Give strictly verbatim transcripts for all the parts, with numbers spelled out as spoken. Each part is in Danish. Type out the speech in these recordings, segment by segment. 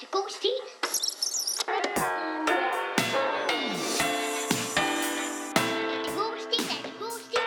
det god stil? Er det god stil? Er det god stil?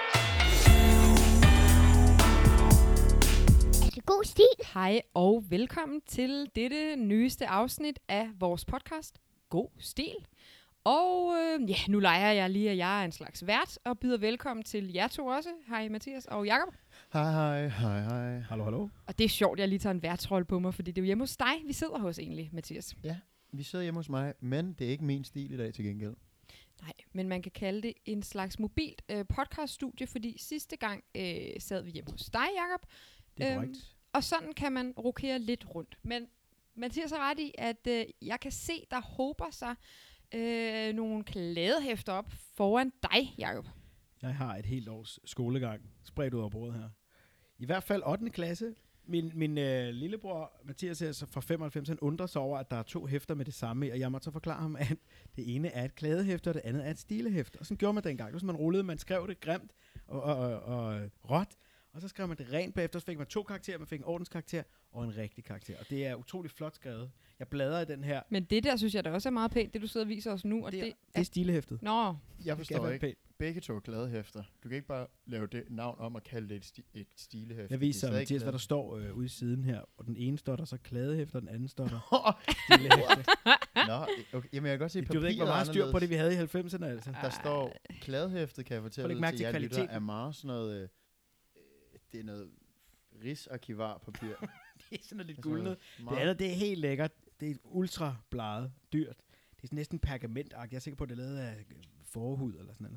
Er det god stil? Hej og velkommen til dette nyeste afsnit af vores podcast, God Stil. Og øh, ja, nu leger jeg lige, at jeg er en slags vært, og byder velkommen til jer to også. Hej Mathias og Jakob. Hej, hej, hej, hej. Hallo, hallo. Og det er sjovt, at jeg lige tager en værtsrolle på mig, fordi det er jo hjemme hos dig, vi sidder hos egentlig, Mathias. Ja, vi sidder hjemme hos mig, men det er ikke min stil i dag til gengæld. Nej, men man kan kalde det en slags mobilt øh, podcaststudie, fordi sidste gang øh, sad vi hjemme hos dig, Jakob. Det er Øhm, korrekt. Og sådan kan man rokere lidt rundt. Men Mathias har ret i, at øh, jeg kan se, der håber sig øh, nogle klædehæfter op foran dig, Jakob. Jeg har et helt års skolegang spredt ud over bordet her. I hvert fald ottende klasse. Min, min øh, lillebror, Mathias her, så fra femoghalvfems, han undrer sig over, at der er to hæfter med det samme. Og jeg måtte så forklare ham, at det ene er et klædehæfte, og det andet er et stilehæfte. Og sådan gjorde man dengang. Det var sådan, man rullede, man skrev det grimt og, og, og, og råt. Og så skrev man det rent bagefter, så fik man to karakterer, man fik en ordenskarakter og en rigtig karakter. Og det er utroligt flot skrevet. Jeg bladrer i den her. Men det der, synes jeg da også er meget pænt, det du sidder og viser os nu. Og Det, det, er, det er stilehæftet. Nå, Jeg Det skal forstår være ikke. pænt. Begge to er klædehæfter. Du kan ikke bare lave det navn om og kalde det et, sti- et stilehæfte. Jeg Det er viser stadig Mathias, hvad der klæde- står øh, ude i siden her. Og den ene står der så klædehæfter, og den anden står der stilehæfte. Nå, okay. Jamen jeg kan godt se, Du ved ikke, hvor meget styr på det, vi havde i halvfemserne, altså. Der står klædehæftet, kan jeg fortælle lægge mærke til til jer lytter, kvaliteten. er meget sådan noget... Øh, det er noget rigsarkivarpapir. Det er sådan noget lidt Altså guldnet. Det meget- andet, det er helt lækkert. Det er ultra bladet, dyrt. Det er sådan næsten pergamentagtigt. Jeg er sikker på, at det er lavet af øh, forhud eller sådan noget.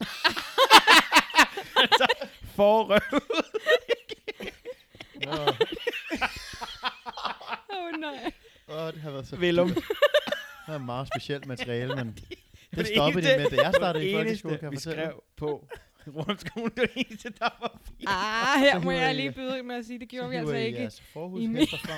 altså, forrøv. Nå, åh oh, nej. åh, det har været så... Velum. Det er meget specielt materiale, men det det stoppede de eneste- med, da jeg startede i Det folkeskole, eneste, kan jeg vi fortælle. skrev på Rundsskolen, det var det eneste, der var fint. Ah, her må hiver jeg I- lige byde med at sige, det gjorde Så vi hiver altså I ikke. jeres forhudshæfter frem.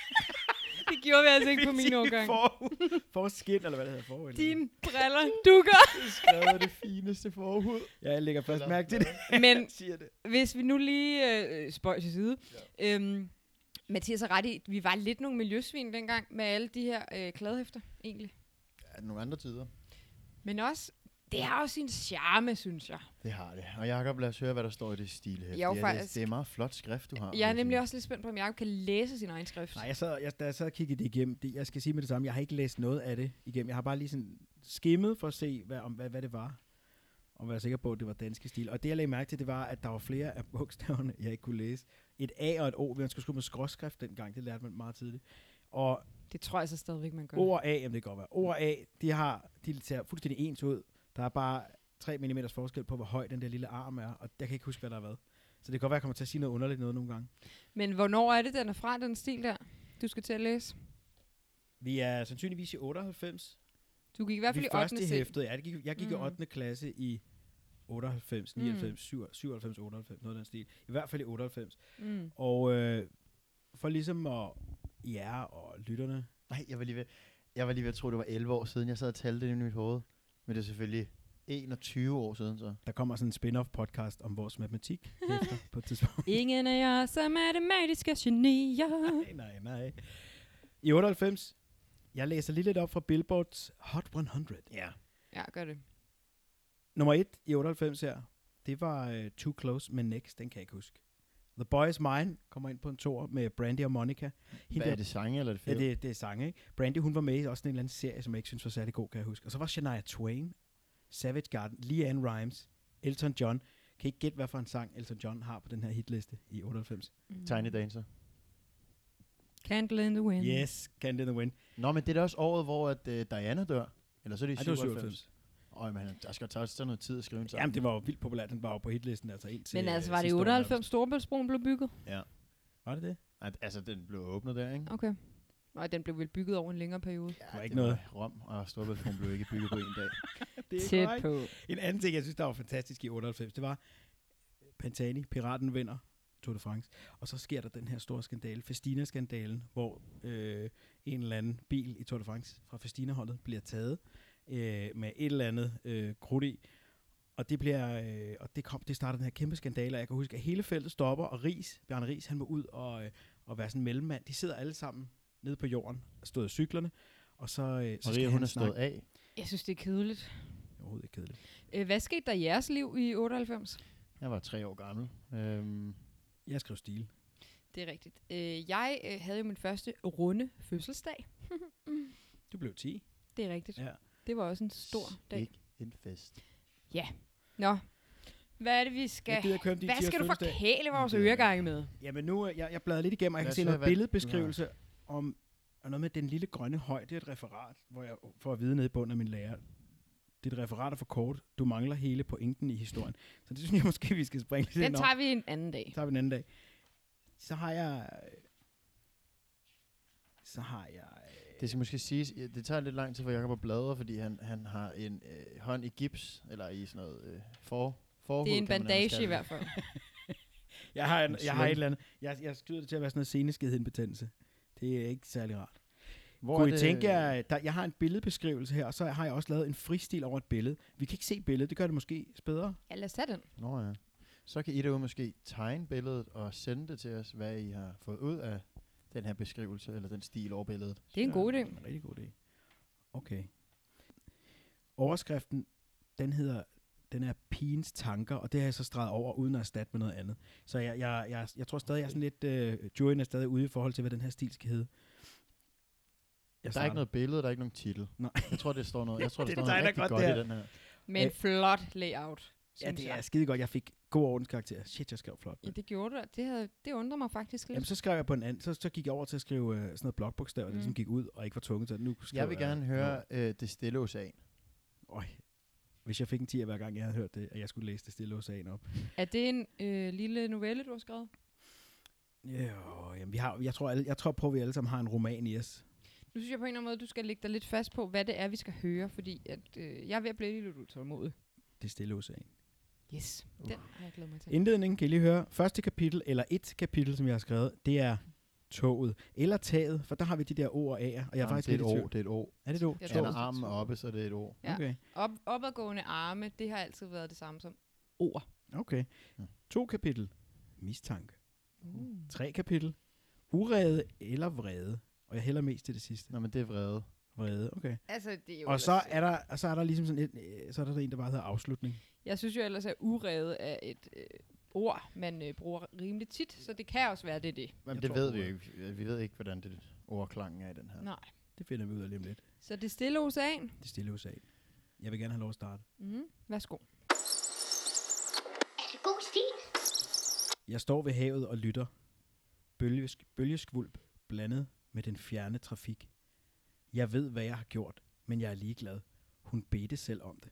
Det gjorde vi altså ikke på Vi min siger årgang. For, for skin, eller hvad det hedder. For, Dine briller dukker. Det er skrevet det fineste forhud. Ja, jeg lægger først Eller- mærke til det. Men Jeg siger det. hvis vi nu lige øh, spøj til side. Ja. Øhm, Mathias har ret i, vi var lidt nogle miljøsvin dengang med alle de her øh, klædehæfter, egentlig. Ja, nogle andre tider. Men også, det har også sin charme, synes jeg. Det har det. Og Jakob, lad os høre, hvad der står i det stilhæfte. Jo, Ja, faktisk. det, det er meget flot skrift, du har. Jeg vil er nemlig sige. også lidt spændt på, om Jacob kan læse sin egen skrift. Nej, jeg sad, jeg, da jeg sad og kiggede det igennem, det, jeg skal sige med det samme, jeg har ikke læst noget af det igennem. Jeg har bare lige sådan skimmet for at se, hvad, om, hvad, hvad det var. Og være sikker på, at det var danske stil. Og det, jeg lagde mærke til, det var, at der var flere af bogstaverne, jeg ikke kunne læse. Et A og et O, man skulle skrive med skråskrift dengang, det lærte man meget tidligt. Og Det tror jeg så stadigvæk, man gør. O og A, jamen det kan godt være. O og A, de har, de ser fuldstændig ens ud. Der er bare tre millimeters forskel på, hvor høj den der lille arm er. Og jeg kan ikke huske, hvad der har været. Så det kan godt være, at jeg kommer til at sige noget underligt noget nogle gange. Men hvornår er det, den er fra, den stil der, du skal til at læse? Vi er sandsynligvis i otteoghalvfems. Du gik i hvert fald vi i først ottende i C. hæftet. Ja, det gik, jeg gik Mm. i ottende klasse i otteoghalvfems, nioghalvfems, syvoghalvfems, otteoghalvfems, noget af den stil. I hvert fald i otteoghalvfems. Mm. Og øh, for ligesom at jer og lytterne, Nej, jeg var lige ved, jeg var lige ved at tro, det var elleve år siden. Jeg sad og talte det i mit hoved. Men det er selvfølgelig enogtyve år siden, så. der kommer sådan en spin-off podcast om vores matematik efter på et tidspunkt. Ingen af jer er matematiske genier. nej, nej, nej. I otteoghalvfems, jeg læser lige lidt op fra Billboards Hot hundrede. Ja. Ja, gør det. Nummer et i otteoghalvfems her, det var uh, Too Close med Next, den kan jeg ikke huske. The Boy Is Mine kommer ind på en tour med Brandy og Monica. Hvad er det, sange eller er det Ja, film? det, det er sange, ikke? Brandy, hun var med i også en eller anden serie, som jeg ikke synes var særlig god, kan jeg huske. Og så var Shania Twain, Savage Garden, LeAnn Rimes, Elton John. Kan I ikke gætte, hvad for en sang Elton John har på den her hitliste i otteoghalvfems? Mm. Tiny Dancer. Candle in the wind. Yes, Candle in the Wind. Nå, men det er da også året, hvor at, uh, Diana dør. Eller så er det i Ej, det var syvoghalvfems. syvoghalvfems. Øj, men der skal tage sådan noget tid at skrive en sang. Jamen, det var jo vildt populært. Den var jo på hitlisten, altså indtil Men altså, øh, var det i sidste år otteoghalvfems, Storebæltsbroen blev bygget? Ja. nærmest. Var det det? At, altså, den blev åbnet der, ikke? Okay. Nej, den blev vel bygget over en længere periode. Ja, var ikke det noget. Var Rom og Storbritannien blev ikke bygget på en dag. Det er Tæt korrekt. på. En anden ting, jeg synes, der var fantastisk i otteoghalvfems, det var Pantani, piraten vinder Tour de France. Og så sker der den her store skandale, Festina-skandalen, hvor øh, en eller anden bil i Tour de France fra Festina-holdet bliver taget øh, med et eller andet øh, krudt i. Og det bliver øh, og det kom det starter den her kæmpe skandale, og jeg kan huske, at hele feltet stopper, og Ries, Bjarne Ries, han må ud og, øh, og være sådan en mellemmand. De sidder alle sammen nede på jorden, stået cyklerne, og så, øh, så Maria, skal hun han er snakke. stået af. Jeg synes, det er kedeligt. Overhovedet ikke kedeligt. Øh, hvad skete der i jeres liv i otteoghalvfems? Jeg var tre år gammel. Øhm, Jeg skrev stil. Det er rigtigt. Øh, jeg øh, havde jo min første runde fødselsdag. Du blev ti. Det er rigtigt. Ja. Det var også en stor dag. Ikke en fest. Nå, hvad er det, vi skal... Jeg gider købe de Hvad ti års skal du fødselsdag. forkæle vores Det- øregange med? Jamen nu, øh, jeg, jeg bladrede lidt igennem, og jeg Lad kan os se høre, noget hvad du billedbeskrivelse om og noget med den lille grønne høj. Det er et referat, hvor jeg får at vide nede i bunden af min lærer. Det er et referat er for kort. Du mangler hele pointen i historien. Så det synes jeg måske, vi skal springe lidt Den ind over. tager vi en anden dag. Det tager vi en anden dag. Så har jeg... Så har jeg... Det skal måske siges, ja, det tager lidt lang tid for Jacob at bladre, fordi han, han har en øh, hånd i gips, eller i sådan noget øh, for, forhud. Det er en kan man nærmest bandage kalde i det. hvert fald. Jeg har, en, En jeg har et sling. eller andet. Jeg, jeg skyder det til at være sådan noget seneskedhedbetændelse. Det er ikke særlig rart. Hvor Kunne er I det, tænke jer, der, jeg har en billedbeskrivelse her, og så har jeg også lavet en fristil over et billede. Vi kan ikke se billedet, det gør det måske bedre. Ja, lad os tage den. Nå ja. Så kan I derude måske tegne billedet og sende det til os, hvad I har fået ud af den her beskrivelse, eller den stil over billedet. Det er en god idé. En rigtig god idé. Okay. Overskriften, den hedder, den er pigens tanker, og det har jeg så streget over, uden at erstatte med noget andet. Så jeg, jeg, jeg, jeg tror stadig, jeg er sådan lidt, øh, juryen er stadig ude i forhold til, hvad den her stil skal hedde. Jeg Der er ikke noget billede, der er ikke nogen titel. Nej. Jeg tror, det står noget, jeg tror, Det det står noget designer rigtig godt, godt, det i her. den her. Med en Øh, flot layout, Ja, synes det jeg. er skide godt. Jeg fik god ordenskarakter. Shit, jeg skrev flot. Ja, det gjorde du. Det, havde, det undrer mig faktisk lidt. Jamen, så skrev jeg på en anden. Så, så gik jeg over til at skrive øh, sådan noget blokbogstaver, mm. der Mm. ligesom gik ud og ikke var tvunget til at nu skriver Jeg vil gerne høre øh, Det Stille Ocean. Øj, hvis jeg fik en tier hver gang, jeg havde hørt det, at jeg skulle læse Det Stille Ocean op. Er det en øh, lille novelle, du har skrevet? Jo, jamen, vi har, jeg, tror, alle, jeg tror på, at vi alle sammen har en roman i os. Nu synes jeg på en eller anden måde, du skal lægge dig lidt fast på, hvad det er, vi skal høre, fordi at, øh, jeg er ved at blive lidt utålmodig. Det Stille Ocean. Yes, Uh. den har jeg glædet mig til. Indledningen kan I lige høre. Første kapitel, eller et kapitel, som jeg har skrevet, det er toget. Eller taget, for der har vi de der O og A'er, og jeg er Jamen, faktisk det er lidt et i tvivl. ord, det er et ord. Er det et O? Jeg Ja, tror når også, det er armen er to. oppe, så er det et ord. Ja. Okay. Op, opadgående arme, det har altid været det samme som ord. Okay. Ja. To kapitel. Mistanke. Mm. Tre kapitel. Urede eller vrede. Og jeg hælder mest til det sidste. Nå, men det er vrede. Vrede, okay. Altså, det er jo Og så ellers- er der, og så er der ligesom sådan et, øh, så er der en, der bare hedder afslutning. Jeg synes jo ellers, at urede er et øh, ord, man øh, bruger rimelig tit, så det kan også være, det er det. Men Jeg det tror, ved vi ordet- jo ikke. Vi ved ikke, hvordan det ordklangen er i den her. Nej. Det finder vi ud af lige om lidt. Så det stille ocean. Det stille ocean. Jeg vil gerne have lov at starte. Mm. Værsgo. Er det god stil? Jeg står ved havet og lytter. Bølgesk, bølgeskvulp blandet med den fjerne trafik. Jeg ved, hvad jeg har gjort, men jeg er ligeglad. Hun bedte selv om det.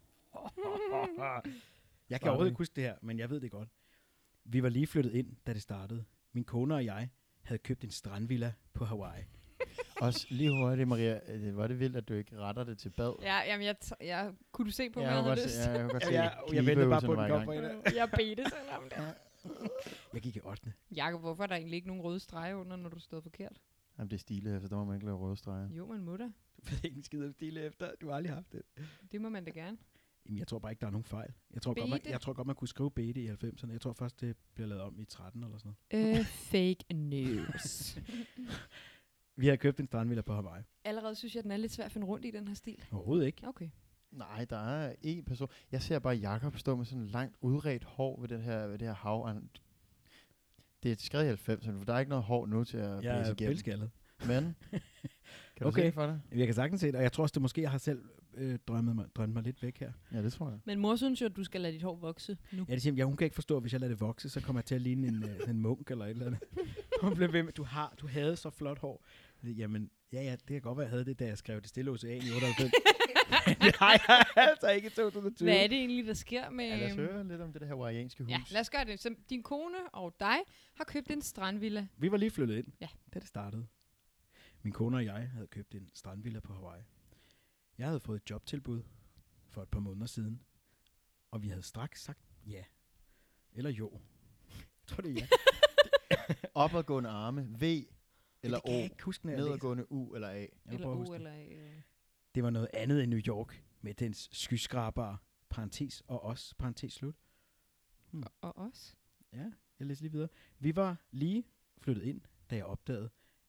Jeg kan overhovedet ikke huske det her, men jeg ved det godt. Vi var lige flyttet ind, da det startede. Min kone og jeg havde købt en strandvilla på Hawaii. Også lige hurtigt, Maria. øh, Det var det vildt, at du ikke retter det til bad. Ja, jamen, jeg, t- jeg, kunne du se på mig, jeg jeg kunne havde godt lyst? se, ja, jeg kunne godt se, jeg, jeg ventede bare på, at den kom i fra gang. hende. jeg bedte selv om det. Jeg gik i ottende. Jakob, hvorfor er der egentlig ikke nogen røde streger under, når du stod forkert? Jamen, det er stilehæfter, der må man ikke lave røde streger. Jo, man må da. Du ved ikke en skid om stile efter. Du har aldrig haft det. Det må man da gerne. Jamen, jeg tror bare ikke, der er nogen fejl. Jeg tror, godt, man, Bede? jeg tror godt, man kunne skrive bede i halvfemserne. Jeg tror først, det bliver lavet om i tretten eller sådan noget. Øh, fake news. Vi havde købt en strandvilla på Hawaii. Allerede synes jeg, den er lidt svær at finde rundt i den her stil. Overhovedet ikke. Okay. Nej, der er en person. Jeg ser bare Jakob stå med sådan langt udredt hår ved, den her, ved det her hav. Han- Det er skrevet i halvfemserne, for der er ikke noget hår nu til at Jeg blæse er igennem. bælskaldet. Men, kan du Okay. se det for dig? Jeg kan sagtens se det, og jeg tror også, det måske jeg har selv øh, drømmet, mig, drømt mig lidt væk her. Ja, det tror jeg. Men mor synes jo, at du skal lade dit hår vokse nu. Ja, det siger, ja, hun kan ikke forstå, at hvis jeg lader det vokse, så kommer jeg til at ligne en, øh, en munk eller et eller andet. Hun blev ved med, du, har, du havde så flot hår. Jamen, ja, ja, det kan godt være, jeg havde det, da jeg skrev Det Stille Ocean i otteoghalvfems. Det har jeg altså ikke i to tusind og tyve. Hvad er det egentlig, der sker med... Ja, lad os øhm, høre lidt om det der hawaiianske hus. Ja, lad os gøre det. Så din kone og dig har købt en strandvilla. Vi var lige flyttet ind, Ja. da det startede. Min kone og jeg havde købt en strandvilla på Hawaii. Jeg havde fået et jobtilbud for et par måneder siden, og vi havde straks sagt ja. Eller jo. Jeg tror, det er ja. Opadgående arme, V eller det kan jeg O. ikke huske, når jeg læser. Nedadgående U eller A. Jeg må Eller prøve at O, huske det. eller... Øh, Det var noget andet end New York, med dens skyskrabere, parentes og os, parentes slut. og, og os. Ja, jeg læser lige videre. Vi var lige flyttet ind, da jeg opdagede,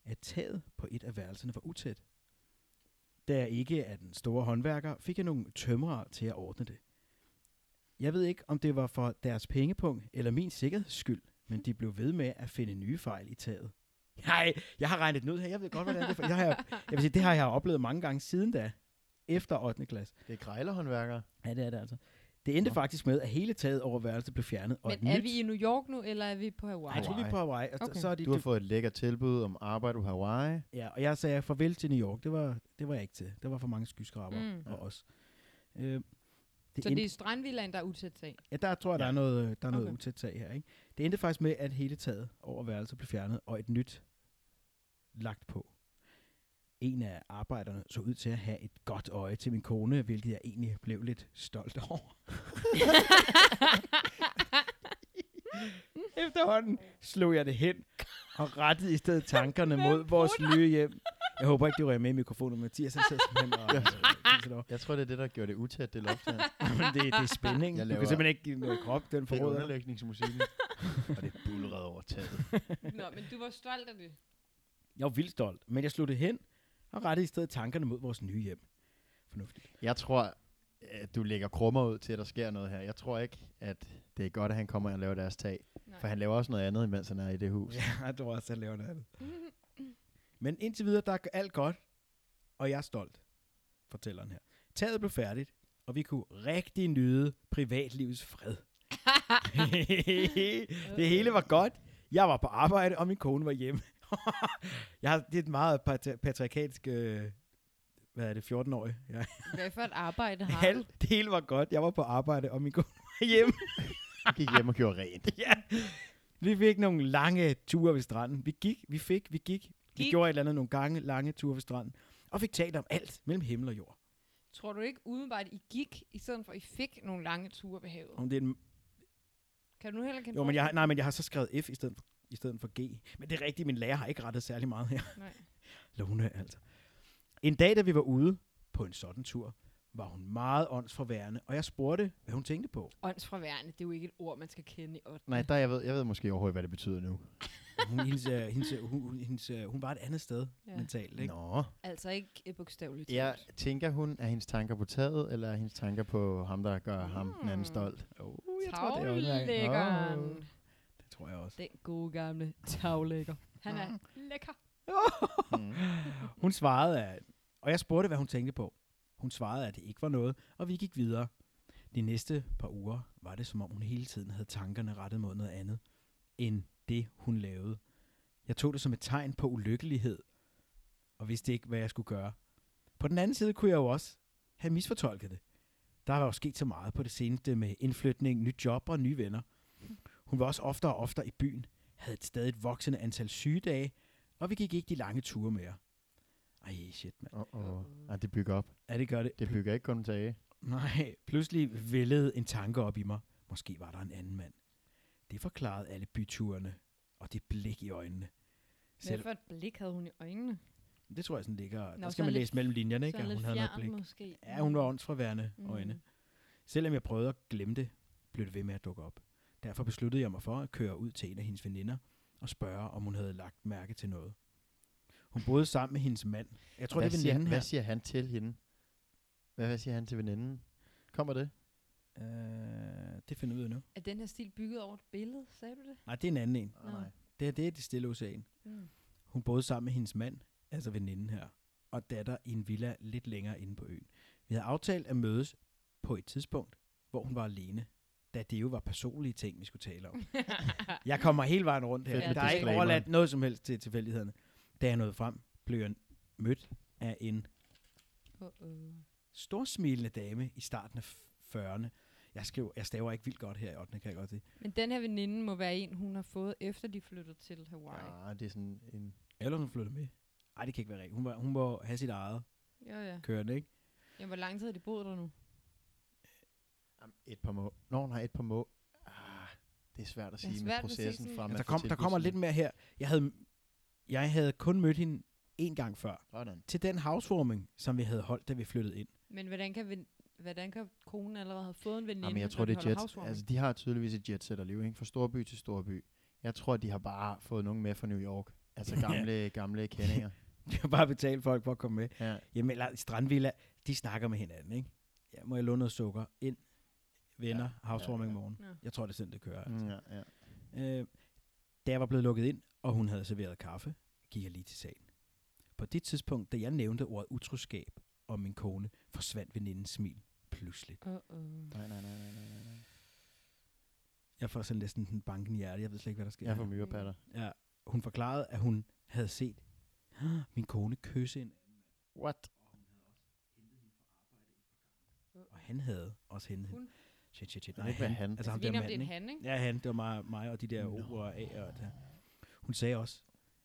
at taget på et af værelserne var utæt. Da jeg ikke er den store håndværker, fik jeg nogle tømrere til at ordne det. Jeg ved ikke, om det var for deres pengepunkt eller min sikkerheds skyld, men de blev ved med at finde nye fejl i taget. Nej, jeg har regnet den ud her. Jeg ved godt, hvordan det er. For- Det har jeg, jeg vil sige, det har jeg oplevet mange gange siden da, efter ottende klasse. Det er grejlerhåndværkere. Ja, det er det altså. Det endte Nå. faktisk med, at hele taget over værelset blev fjernet. Og Men et er nyt, vi i New York nu, eller er vi på Hawaii? jeg tror, vi er på Hawaii. Og, Okay. så er de, Du har fået et lækkert tilbud om arbejde på Hawaii. ja, og jeg sagde farvel til New York. Det var, det var jeg ikke til. Det var for mange skyskraber Mm. og os. Øh, det Så endte- det er strandvillaen, der er utæt tag? Ja, der tror jeg, der Ja. er noget, der er noget Okay. utæt tag her. Ikke? Det endte faktisk med, at hele taget over værelset blev fjernet, og et nyt lagt på. En af arbejderne så ud til at have et godt øje til min kone, hvilket jeg egentlig blev lidt stolt over. Efterhånden slog jeg det hen og rettede i stedet tankerne mod vores nye hjem. Jeg håber ikke, det var med i mikrofonen, Mathias han sidder simpelthen og... og Jeg tror, det er det, der gjorde det utæt, det loft her. Men det, det er spænding. Jeg Du laver- kan simpelthen ikke give noget krop, den Det er forråder. underlægningsmusikken. Og det er bullerede over taget. Nå, men du var stolt af det. Jeg var vildt stolt, men jeg slog det hen og rettede i stedet tankerne mod vores nye hjem. Fornuftigt. Jeg tror, at du lægger krummer ud til, at der sker noget her. Jeg tror ikke, at det er godt, at han kommer og laver deres tag. Nej. For han laver også noget andet, mens han er i det hus. Ja, jeg tror også, at jeg laver noget andet. Men indtil videre, der er alt godt, og jeg er stolt, fortæller han her. Taget blev færdigt, og vi kunne rigtig nyde privatlivets fred. Det hele var godt. Jeg var på arbejde, og min kone var hjemme. jeg har, det er et meget patri- patriarkalsk, øh, hvad er det, fjorten-årig. Ja. Hvad for et arbejde har du? Alt, det hele var godt. Jeg var på arbejde, og min kone var hjemme. Han gik hjem og gjorde rent. Ja. Vi fik nogle lange ture ved stranden. Vi gik, vi fik, vi gik. Vi Gik. gjorde et eller andet nogle gange lange ture ved stranden. Og fik talt om alt mellem himmel og jord. Tror du ikke udenbart, I gik, i stedet for, at I fik nogle lange ture ved havet? Om det er en, Kan du nu heller kende jo, men jeg, har- forskel? nej, men jeg har så skrevet F i stedet for, i stedet for G. Men det er rigtigt, min lærer har ikke rettet særlig meget her. Nej. Lone, altså. En dag, da vi var ude på en sådan tur, var hun meget åndsforværende, og jeg spurgte, hvad hun tænkte på. Åndsfraværende, det er jo ikke et ord, man skal kende i ottende. Nej, der, jeg, ved, jeg ved måske overhovedet, hvad det betyder nu. Hun, hendes, øh, hendes, øh, hun, hun, hendes, øh, hun var et andet sted Ja. ja. mentalt, ikke? Nå. Altså ikke et bogstaveligt Jeg talt. tænker hun, er hendes tanker på taget, eller er hendes tanker på ham, der gør mm. ham den anden Mm. stolt? Oh, jeg tror, det er håndværk. Taglæggeren. Åh. Det tror jeg også. Den gode gamle taglægger. Han er lækker. Mm. Hun svarede, at, og jeg spurgte, hvad hun tænkte på. Hun svarede, at det ikke var noget, og vi gik videre. De næste par uger var det, som om hun hele tiden havde tankerne rettet mod noget andet, end det, hun lavede. Jeg tog det som et tegn på ulykkelighed, og vidste ikke, hvad jeg skulle gøre. På den anden side kunne jeg jo også have misfortolket det. Der var jo sket så meget på det seneste med indflytning, nyt job og nye venner. Hun var også oftere og oftere i byen, havde et stadig et voksende antal sygedage, og vi gik ikke de lange ture mere. Ej, shit, mand. Oh, oh. Ej, det bygger op. Ja, det gør det. Det bygger ikke kun tage. Nej, pludselig vældede en tanke op i mig. Måske var der en anden mand. Det forklarede alle byturene, og det blik i øjnene. Hvad Selv, for et blik havde hun i øjnene? det tror jeg sådan ligger. Nå, Der så skal man lidt- læse mellem linjerne, ikke? Så At lidt hun havde noget fjern blik. måske. Ja, hun var åndsforværende Mm. øjne. Selvom jeg prøvede at glemme det, blev det ved med at dukke op. Derfor besluttede jeg mig for at køre ud til en af hendes veninder og spørge, om hun havde lagt mærke til noget. Hun boede sammen med hendes mand. Jeg tror, hvad, det er siger, veninden hvad her. siger han til hende? Hvad, hvad siger han til veninden? Kommer det? Øh, det finder vi ud af nu. Er den her stil bygget over et billede, sagde du det? Nej, det er en anden en. Oh, nej. Det, her, det er det stille ocean. Mm. Hun boede sammen med hendes mand, altså veninden her, og datter i en villa lidt længere inde på øen. Vi havde aftalt at mødes på et tidspunkt, hvor hun var alene, da det jo var personlige ting, vi skulle tale om. Jeg kommer hele vejen rundt her. Fedt Ja, med der er ikke disclaimeren. overladt noget som helst til tilfældighederne. Da jeg nåede frem, blev jeg mødt af en Uh-oh. storsmilende dame i starten af fyrrerne. Jeg, skriver, jeg staver ikke vildt godt her i ottende, kan jeg godt se. Men den her veninde må være en, hun har fået, efter de flyttede til Hawaii. Ja, det er sådan en... Eller hun flyttede med. Nej, det kan ikke være rigtigt. Hun, var, hun må have sit eget Ja, ja. kørende, ikke? Ja, hvor lang tid har de boet der nu? Jamen, et par må... Nå, nej, et par må... Ah, det er svært at Det er sige svært med at sige processen sådan- fra, Ja, man der, får kom, der tilbudt kommer sådan- lidt mere her. Jeg havde, jeg havde kun mødt hende en gang før. Sådan. Til den housewarming, som vi havde holdt, da vi flyttede ind. Men hvordan kan, ven, hvordan kan konen allerede have fået en veninde, Jamen, jeg når tror, de det er holder jet. housewarming? Altså, de har tydeligvis et jetsetterliv, ikke? Fra storby til storby. Jeg tror, de har bare fået nogen med fra New York. Altså gamle, gamle kendinger. De har bare betalt folk for at komme med. Ja. Jamen, eller Strandvilla, de snakker med hinanden, ikke? Ja, må jeg låne noget sukker? Ind, venner, ja, havswarming i morgen. Ja. Jeg tror, det er sådan, det kører. Altså. Mm, ja, ja. Øh, da jeg var blevet lukket ind, og hun havde serveret kaffe, gik jeg lige til sagen. På det tidspunkt, da jeg nævnte ordet utroskab om min kone, forsvandt venindens smil pludselig. Uh-uh. Nej, nej, nej, nej, nej, nej. Jeg får sådan næsten en banken i hjertet. Jeg ved slet ikke, hvad der sker. Jeg får myrepatter. Ja, hun forklarede, at hun havde set min kone kysse en, What? og han havde også hende. Hun? Shit, shit, shit. Det kan ikke være han. Altså Altså, ham vi er der enige om, det er manden, en ikke? han, ikke? Ja, han. Det var mig, mig og de der Nå. O og A og der. Hun sagde også,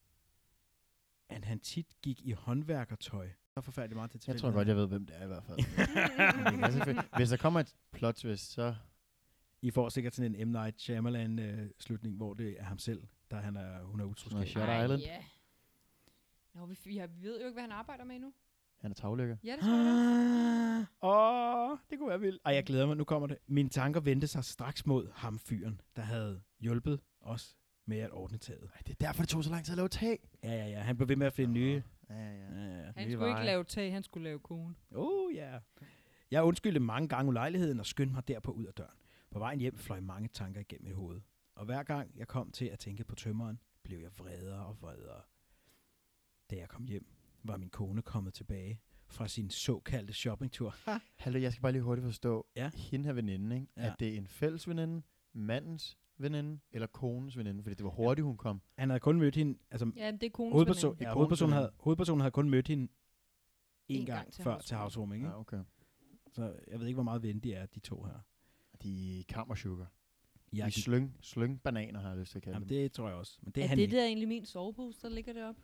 at han tit gik i håndværkertøj. Det var forfærdeligt meget til Jeg tror godt, jeg ved, hvem det er i hvert fald. Men det kan selvfølgelig- Hvis der kommer et plot twist, så... I får sikkert sådan en M. Night Shyamalan-slutning, hvor det er ham selv, der han er, hun er utroskab. Nå, Shutter Ej, Island. Ja. Nå, vi, vi, har, vi ved jo ikke, hvad han arbejder med endnu. Han er taglykker. Ja, det tror jeg. Åh, oh, det kunne være vildt. Ej, jeg glæder mig. Nu kommer det. Mine tanker vendte sig straks mod ham fyren, der havde hjulpet os med at ordne taget. Ej, det er derfor, det tog så lang tid at lave tag. Ja, ja, ja. Han blev ved med at finde nye. Ja, ja, Ja, ja. ja. Han Nye skulle ikke veje. lave tag, han skulle lave kone. Oh, ja. Yeah. Jeg undskyldte mange gange ulejligheden og skyndte mig derpå ud af døren. På vejen hjem fløj mange tanker igennem mit hoved. Og hver gang jeg kom til at tænke på tømmeren, blev jeg vredere og vredere. Da jeg kom hjem, var min kone kommet tilbage fra sin såkaldte shoppingtur. Hallo, jeg skal bare lige hurtigt forstå. Ja. Hende her veninde, ikke? Ja. Er det en fælles veninde, mandens veninde eller konens veninde? Fordi det var hurtigt, hun kom. Han havde kun mødt hende, altså Ja, det er konens hovedperson, veninde. ja, konens hovedpersonen, veninde. havde, hovedpersonen havde kun mødt hende en, En gang, gang til før housewarming. til housewarming. Ikke? Ja, okay. Så jeg ved ikke, hvor meget ven de er, de to her. De er kammersugar. Jeg De gik, slyng, slyng bananer, har jeg lyst til at kalde jamen, dem. det tror jeg også. Men det er, Er han det ikke. der egentlig min sovepose, der ligger deroppe?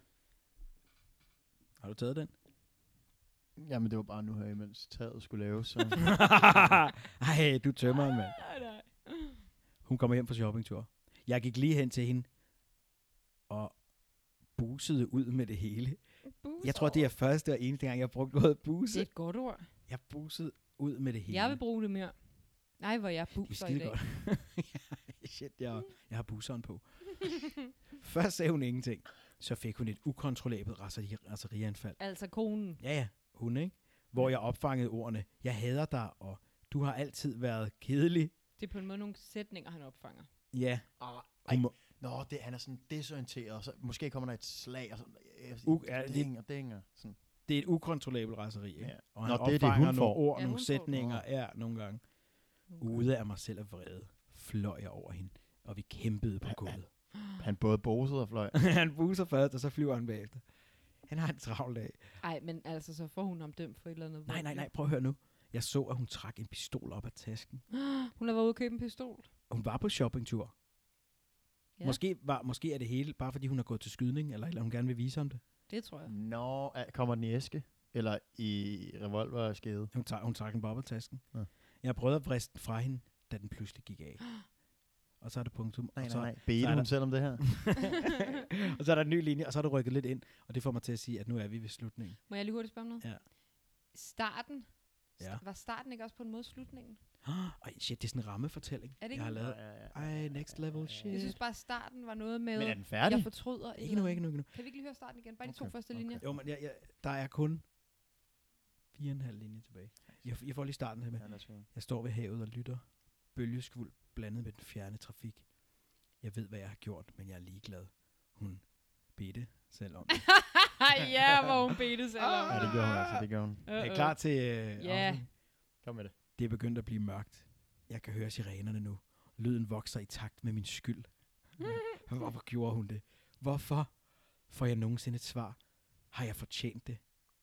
Har du taget den? Jamen, det var bare nu her, imens taget skulle laves. Så. Ej, du tømmer en mand. Nej, nej. Hun kommer hjem fra shoppingtur. Jeg gik lige hen til hende og busede ud med det hele. Bus. Jeg tror, det er første og eneste gang, jeg har brugt ordet Det er buse. et godt ord. Jeg busede ud med det hele. Jeg vil bruge det mere. Nej, hvor jeg Det er buser i skide dag. godt. Shit, jeg, jeg har buseren på. Først sagde hun ingenting. Så fik hun et ukontrollabelt raseri- raserianfald. Altså konen. Ja, ja, hun, ikke? Hvor jeg opfangede ordene. Jeg hader dig, og du har altid været kedelig. Det er på en måde nogle sætninger, han opfanger. Ja. Ah, Hun må, Nå, det, han er sådan desorienteret, og så måske kommer der et slag, og så U- ja, det- ding og ding og sådan. det er et ukontrollabelt raseri, ikke? Ja. Og han Nå, det er det, opfanger hun nogle får. ord, Ja, nogle hun får sætninger, det. ja, nogle gange. Ude af mig selv og vrede, fløj jeg over hende, og vi kæmpede på gulvet. Han både bosede og fløj. Han buser først, og så flyver han bagefter. Han har en travl dag. Ej, men altså, så får hun ham dømt for et eller andet. Nej, nej, vold, nej, prøv at høre nu. Jeg så, at hun trak en pistol op af tasken. jo. Hun har været ude og købe en pistol. Hun var på shoppingtur. Ja. Måske, var, måske er det hele, bare fordi hun har gået til skydning, eller, eller hun gerne vil vise om det. Det tror jeg. Nå, er- kommer den i æske? Eller i revolverskede? Hun, tager, hun trak en op af tasken. Ja. Jeg prøvede at vriste den fra hende, da den pludselig gik af. Og så er det punktum. Nej, og, så, nej, nej. Bedte så er hun der- selv om det her? og så er der en ny linje, og så er du rykket lidt ind. Og det får mig til at sige, at nu er vi ved slutningen. Må jeg lige hurtigt spørge om noget? Ja. Starten. Ja. Var starten ikke også på en måde slutningen? Ej, shit, det er sådan en rammefortælling. Er det jeg har ikke? lavet. Ja, ja, ja. Ej, next level shit. Jeg synes bare, at starten var noget med, Men er den færdig? jeg fortryder. et Ikke eller nu, andet. ikke nu, ikke nu. Kan vi ikke lige høre starten igen? Bare de to Okay, første okay. linjer. Jo, men jeg, jeg, der er kun fire og en halv linje tilbage. Jeg, jeg får lige starten her med. Ja, lad os høre. Jeg står ved havet og lytter. Bølgeskvuld blandet med den fjerne trafik. Jeg ved, hvad jeg har gjort, men jeg er ligeglad. Hun bedte selv om det. ja, hvor hun bedte sig. Ja, det gjorde hun altså, det gjorde hun. Er I klar til øh, Ja. afslutning? Kom med det. Det er begyndt at blive mørkt. Jeg kan høre sirenerne nu. Lyden vokser i takt med min skyld. Hvorfor gjorde hun det? Hvorfor får jeg nogensinde et svar? Har jeg fortjent det?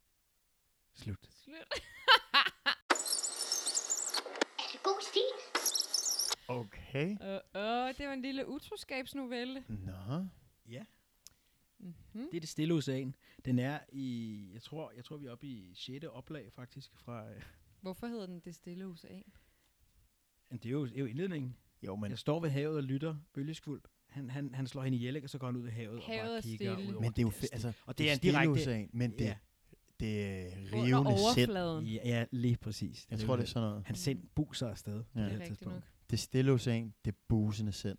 Slut. Slut. Er det god stil? Okay. Uh, uh, det var en lille utroskabsnovelle. Nå. Ja. Mm-hmm. Det er det stille ocean. Den er i, jeg tror, jeg tror vi er oppe i sjette oplag faktisk fra, øh, Hvorfor hedder den Det Stille Ocean? det er jo, det er jo indledningen. Jo, men, Jeg står ved havet og lytter bølgeskvuld. Han, han, han slår hende ihjel, ikke? Og så går han ud i havet, Havet og er bare kigger stille. ud over men det er jo de der fedt, altså, Og det er en stille direkte- ocean, men det, Ja. det er Under rivende sind. overfladen. Ja, ja, lige præcis. Jeg tror, det er sådan noget. Han sind buser afsted på Ja. det her Rigtigt tidspunkt. nok. Det stille ocean, det busende sind.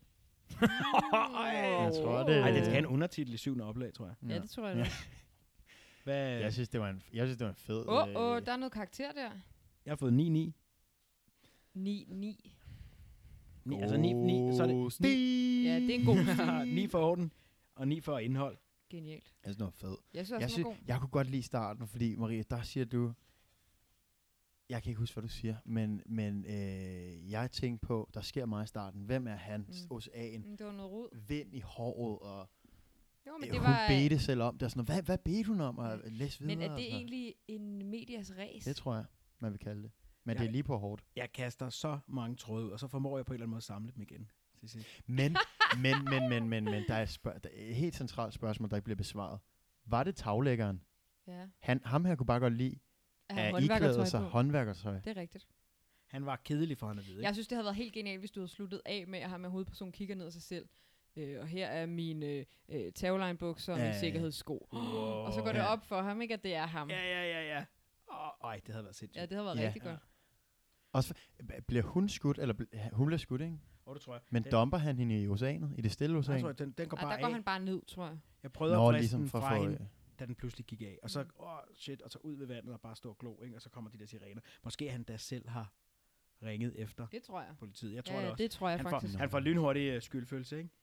Jeg tror, det- Ej, det skal have en undertitel i syvende oplag, tror jeg. Ja, det tror jeg Ja. da. Hvad? Jeg synes, det var en, jeg synes, det var en fed... Åh, oh, øh, oh, der er noget karakter der. Jeg har fået ni ni. ni ni. ni altså ni, ni, så er det God stil. Ja, det er en god stil. ni for orden, og ni for indhold. Genialt. Jeg synes, det var fed. Jeg synes Jeg, også, synes, den var god. jeg kunne godt lide starten, fordi Maria, der siger du... Jeg kan ikke huske, hvad du siger, men, men øh, jeg tænkte på, der sker meget i starten. Hvem er han? Mm. Mm. Ocean. Mm, det var noget rod. Vind i håret, og Jo, men øh, det hun var... bedte selv om det. Og sådan noget. Hvad, hvad bedte hun om? Og læs videre. Men er og det sådan noget. egentlig en medias race? Det tror jeg, man vil kalde det. Men Jeg- det er lige på hårdt. Jeg kaster så mange tråde ud, og så formår jeg på en eller anden måde at samle dem igen. Til sidst. Men, men, men, men, men, men, der er, et spørg- der er et helt centralt spørgsmål, der ikke bliver besvaret. Var det taglæggeren? Ja. Han, ham her kunne bare godt lide At at have iklæde håndværkertøj sig på. håndværkertøj. Det er rigtigt. Han var kedelig for han at vide, ikke? Jeg synes, det havde været helt genialt, hvis du havde sluttet af med at have med hovedpersonen kigger ned af sig selv. Øh, og her er mine øh, tagline-bukser og Ja, mine ja. sikkerhedssko. Wow. Og så går det Ja. op for ham, ikke, at det er ham. Ja, ja, ja, ja. Åh, ej, det havde været sindssygt. Ja, det havde været Ja. rigtig godt. Også, for- bliver hun skudt, eller bl- hun bliver skudt, ikke? Åh, det tror jeg. Men Den- dumper han hende i oceanet? I det stille Jeg ocean? tror, den, den går Ej, bare der går af. han bare ned, tror jeg. Jeg prøvede Nå, at friste ligesom den for fra at få... hende, da den pludselig gik af. Og så, åh, oh, shit, og så ud ved vandet og bare stå og glo, ikke? Og så kommer de der sirener. Måske han da selv har ringet efter Det tror jeg. politiet. Jeg tror Ja, det ja, også. det tror jeg han, faktisk. får, han får lynhurtig uh, skyldfølelse, ikke?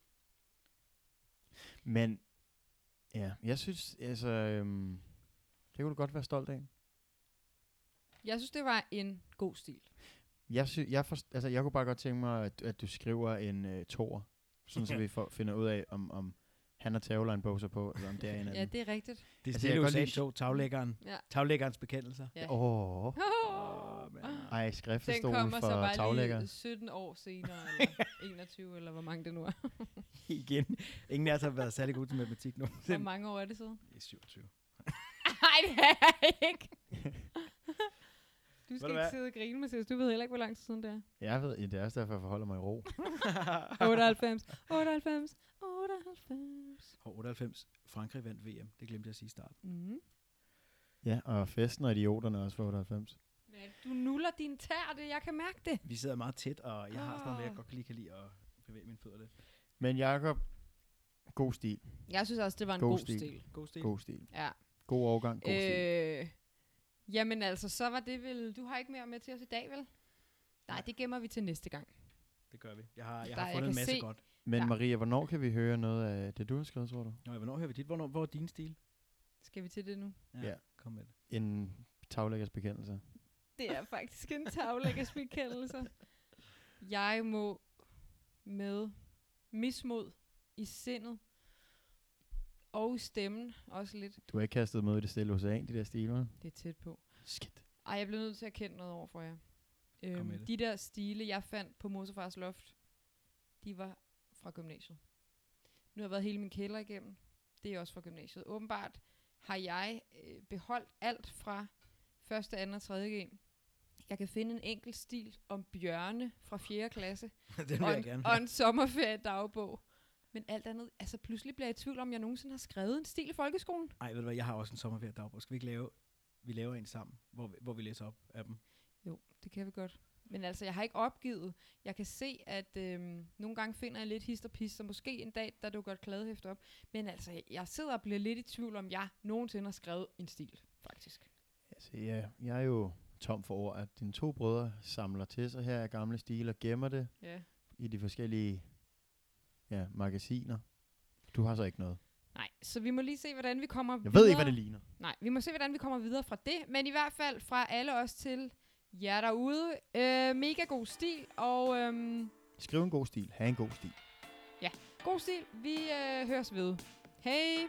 Men, ja, jeg synes, altså... Øhm, det kunne du godt være stolt af. Jeg synes, det var en god stil. Jeg, sy- jeg, forst- altså, jeg kunne bare godt tænke mig, at, at du skriver en uh, toer, sådan så vi får, finder ud af, om, om han har tagline-bukser på, eller om det er en af Ja, dem. det er rigtigt. Det er Altså, altså, jeg kan godt stille lide- tog, taglæggeren. Ja. Taglæggerens bekendelser. Ja. Åh, oh, Oh. Åh, man. ej, Den skriftestolen kommer så for bare taglægger. lige sytten år senere, eller enogtyve, eller hvor mange det nu er. Igen. Ingen af os har været særlig gode til matematik nu. Hvor mange år er det siden? Det er syvogtyve. Nej, det er jeg ikke. Du skal du ikke hvad? sidde og grine, Mathias. Du ved heller ikke, hvor lang tid siden det er. Jeg ved, det er også derfor, jeg forholder mig i ro. otteoghalvfems, otteoghalvfems, otteoghalvfems. Og otteoghalvfems. Frankrig vandt V M. Det glemte jeg at sige i starten. Mm. Ja, og festen og idioterne også for otteoghalvfems. Ja, du nuller din tær, det. Jeg kan mærke det. Vi sidder meget tæt, og jeg har sådan noget med, at jeg Ah. godt lige kan lide at bevæge mine fødder lidt. Men Jakob, god stil. Jeg synes også, det var en God god, stil. stil. God stil. God stil. Ja. God overgang, god øh, stil. Øh, jamen altså, så var det vel... Du har ikke mere med til os i dag, vel? Nej, det gemmer vi til næste gang. Det gør vi. Jeg har, jeg Der- har jeg fundet kan en masse se- godt. Men ja. Maria, hvornår kan vi høre noget af det, du har skrevet, tror du? Nå, hvornår hører vi dit? Hvornår, hvor er din stil? Skal vi til det nu? Ja. Kom med det. En taglæggers bekendelse. Det er faktisk en taglæggersbekendelse. Jeg må med mismod i sindet og i stemmen også lidt. Du har ikke kastet mod i det stille ocean, de der stiler. Det er tæt på. Skidt. Ej, jeg bliver nødt til at kende noget over for jer. med Øhm, det. de der stile, jeg fandt på Motorfars loft, de var fra gymnasiet. Nu har jeg været hele min kælder igennem. Det er også fra gymnasiet. Åbenbart har jeg øh, beholdt alt fra første, anden og tredje G. Jeg kan finde en enkelt stil om bjørne fra fjerde klasse. Den vil og, jeg en, gerne. og en sommerferiedagbog. Men alt andet, altså pludselig bliver jeg i tvivl om, jeg nogensinde har skrevet en stil i folkeskolen. Ej, ved du hvad, jeg har også en sommerferie dagbog. Skal vi ikke lave, vi laver en sammen, hvor vi, hvor vi læser op af dem? Jo, det kan vi godt. Men altså, jeg har ikke opgivet. Jeg kan se, at øhm, nogle gange finder jeg lidt hist og pis, så måske en dag, der dukker et kladehæfte op. Men altså, jeg sidder og bliver lidt i tvivl om, jeg nogensinde har skrevet en stil, faktisk. Altså, ja, jeg er jo tom for ord, at dine to brødre samler til sig her af gamle stiler og gemmer det Ja. i de forskellige ja, magasiner. Du har så ikke noget. Nej, så vi må lige se, hvordan vi kommer Jeg videre. ved ikke, hvad det ligner. Nej, vi må se, hvordan vi kommer videre fra det. Men i hvert fald fra alle os til jer derude. Øh, mega god stil, og øhm, Skriv en god stil. Ha' en god stil. god stil. Vi øh, høres ved. Hej!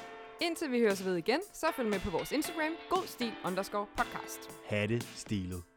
Indtil vi høres ved igen, så følg med på vores Instagram, godstil underscore podcast. Ha' det stilet.